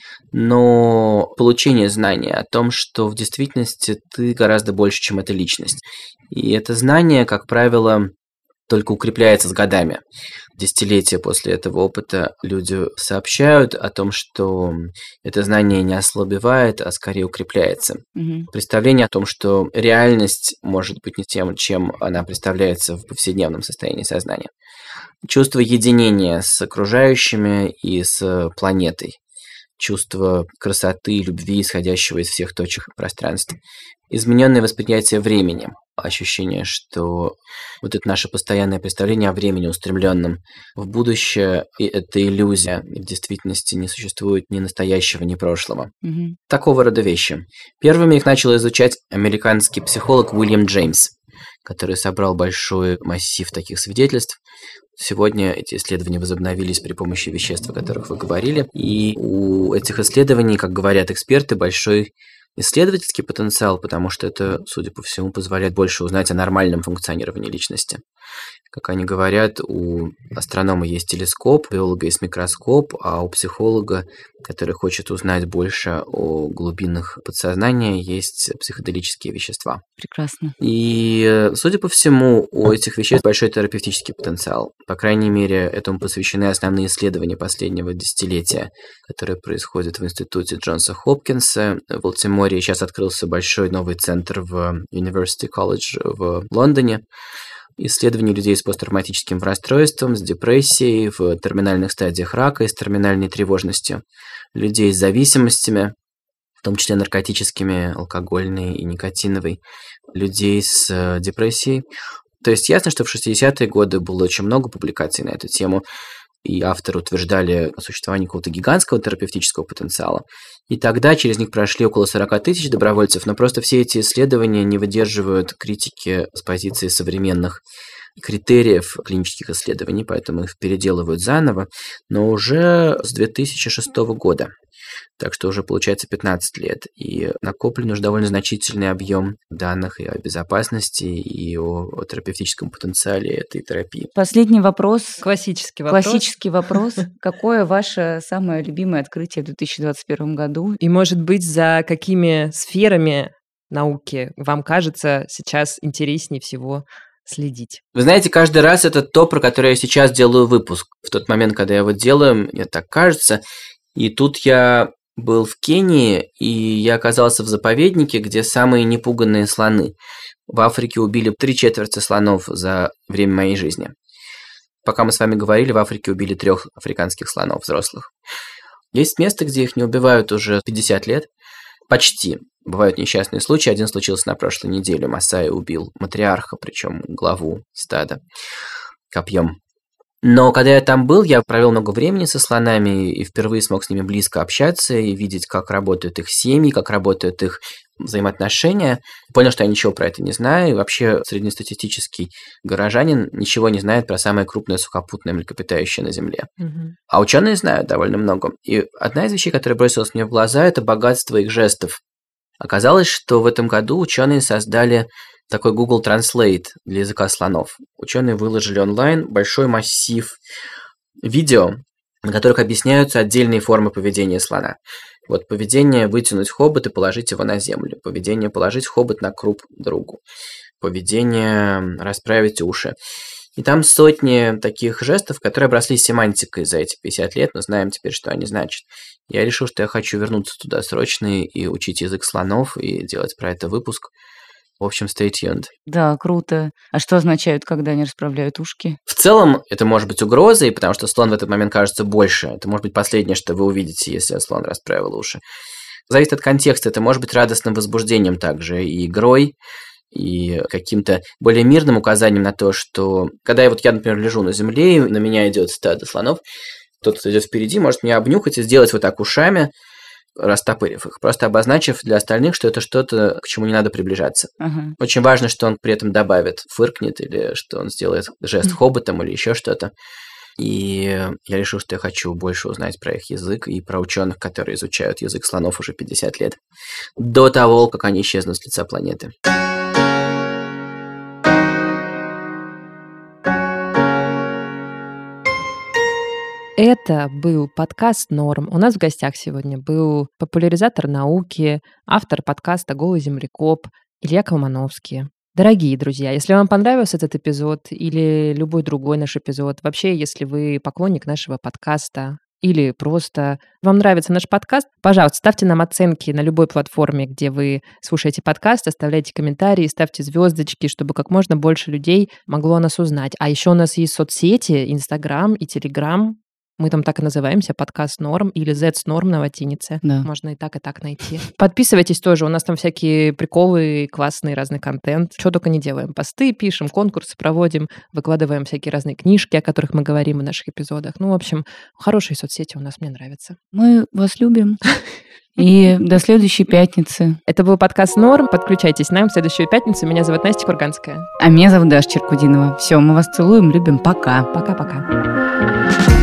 но получение знания о том, что в действительности ты гораздо больше, чем эта личность. И это знание, как правило, только укрепляется с годами. Десятилетия после этого опыта люди сообщают о том, что это знание не ослабевает, а скорее укрепляется. Угу. Представление о том, что реальность может быть не тем, чем она представляется в повседневном состоянии сознания. Чувство единения с окружающими и с планетой. Чувство красоты, любви, исходящего из всех точек пространства. Измененное восприятие времени. Ощущение, что вот это наше постоянное представление о времени, устремленном в будущее, и это иллюзия. И в действительности не существует ни настоящего, ни прошлого. Mm-hmm. Такого рода вещи. Первыми их начал изучать американский психолог Уильям Джеймс, который собрал большой массив таких свидетельств. Сегодня эти исследования возобновились при помощи веществ, о которых вы говорили. И у этих исследований, как говорят эксперты, большой исследовательский потенциал, потому что это, судя по всему, позволяет больше узнать о нормальном функционировании личности. Как они говорят, у астронома есть телескоп, у биолога есть микроскоп, а у психолога, который хочет узнать больше о глубинах подсознания, есть психоделические вещества. Прекрасно. И, судя по всему, у этих веществ большой терапевтический потенциал. По крайней мере, этому посвящены основные исследования последнего десятилетия, которые происходят в институте Джонса Хопкинса в Балтиморе. Сейчас открылся большой новый центр в University College в Лондоне. Исследования людей с посттравматическим расстройством, с депрессией, в терминальных стадиях рака и с терминальной тревожностью, людей с зависимостями, в том числе наркотическими, алкогольной и никотиновой, людей с депрессией. То есть ясно, что в шестидесятые годы было очень много публикаций на эту тему. и авторы утверждали существование какого-то гигантского терапевтического потенциала. И тогда через них прошли около сорок тысяч добровольцев, но просто все эти исследования не выдерживают критики с позиции современных критериев клинических исследований, поэтому их переделывают заново, но уже с две тысячи шестого года. Так что уже получается пятнадцать лет, и накоплен уже довольно значительный объем данных и о безопасности, и о, о терапевтическом потенциале этой терапии. Последний вопрос. Классический вопрос. Классический вопрос. Какое ваше самое любимое открытие в две тысячи двадцать первом году? И, может быть, за какими сферами науки вам кажется сейчас интереснее всего следить? Вы знаете, каждый раз это то, про которое я сейчас делаю выпуск. В тот момент, когда я его делаю, мне так кажется. И тут я был в Кении, и я оказался в заповеднике, где самые непуганные слоны. В Африке убили три четверти слонов за время моей жизни. Пока мы с вами говорили, в Африке убили трех африканских слонов взрослых. Есть место, где их не убивают уже пятьдесят лет. Почти. Бывают несчастные случаи. Один случился на прошлой неделе. Масаи убил матриарха, причем главу стада, копьем. Но когда я там был, я провел много времени со слонами и впервые смог с ними близко общаться и видеть, как работают их семьи, как работают их взаимоотношения. Понял, что я ничего про это не знаю. И вообще среднестатистический горожанин ничего не знает про самое крупное сухопутное млекопитающее на Земле. Угу. А ученые знают довольно много. И одна из вещей, которая бросилась мне в глаза, это богатство их жестов. Оказалось, что в этом году ученые создали такой Google Translate для языка слонов. Ученые выложили онлайн большой массив видео, на которых объясняются отдельные формы поведения слона. Вот поведение вытянуть хобот и положить его на землю. Поведение положить хобот на круп другу. Поведение расправить уши. И там сотни таких жестов, которые обросли семантикой за эти пятьдесят лет, но знаем теперь, что они значат. Я решил, что я хочу вернуться туда срочно и учить язык слонов, и делать про это выпуск. В общем, stay tuned. Да, круто. А что означают, когда они расправляют ушки? В целом, это может быть угрозой, потому что слон в этот момент кажется больше. Это может быть последнее, что вы увидите, если слон расправил уши. Зависит от контекста. Это может быть радостным возбуждением также, и игрой, и каким-то более мирным указанием на то, что... Когда я, вот я, например, лежу на земле, и на меня идет стадо слонов, тот, кто идет впереди, может меня обнюхать и сделать вот так ушами, растопырив их, просто обозначив для остальных, что это что-то, к чему не надо приближаться. Uh-huh. Очень важно, что он при этом добавит, фыркнет, или что он сделает жест хоботом, или еще что-то. И я решил, что я хочу больше узнать про их язык и про ученых, которые изучают язык слонов уже пятьдесят лет, до того, как они исчезнут с лица планеты. Это был подкаст «Норм». У нас в гостях сегодня был популяризатор науки, автор подкаста «Голый землекоп» Илья Колмановский. Дорогие друзья, если вам понравился этот эпизод или любой другой наш эпизод, вообще, если вы поклонник нашего подкаста или просто вам нравится наш подкаст, пожалуйста, ставьте нам оценки на любой платформе, где вы слушаете подкаст, оставляйте комментарии, ставьте звездочки, чтобы как можно больше людей могло нас узнать. А еще у нас есть соцсети, Инстаграм и Телеграм. Мы там так и называемся, подкаст «Норм» или «Зетс Норм» на латинице. Да. Можно и так, и так найти. Подписывайтесь тоже, у нас там всякие приколы, классный разный контент. Что только не делаем. Посты пишем, конкурсы проводим, выкладываем всякие разные книжки, о которых мы говорим в наших эпизодах. Ну, в общем, хорошие соцсети у нас, мне нравятся. Мы вас любим. И до следующей пятницы. Это был подкаст «Норм». Подключайтесь к нам в следующую пятницу. Меня зовут Настя Курганская. А меня зовут Даша Черкудинова. Все, мы вас целуем, любим. Пока. Пока-пока.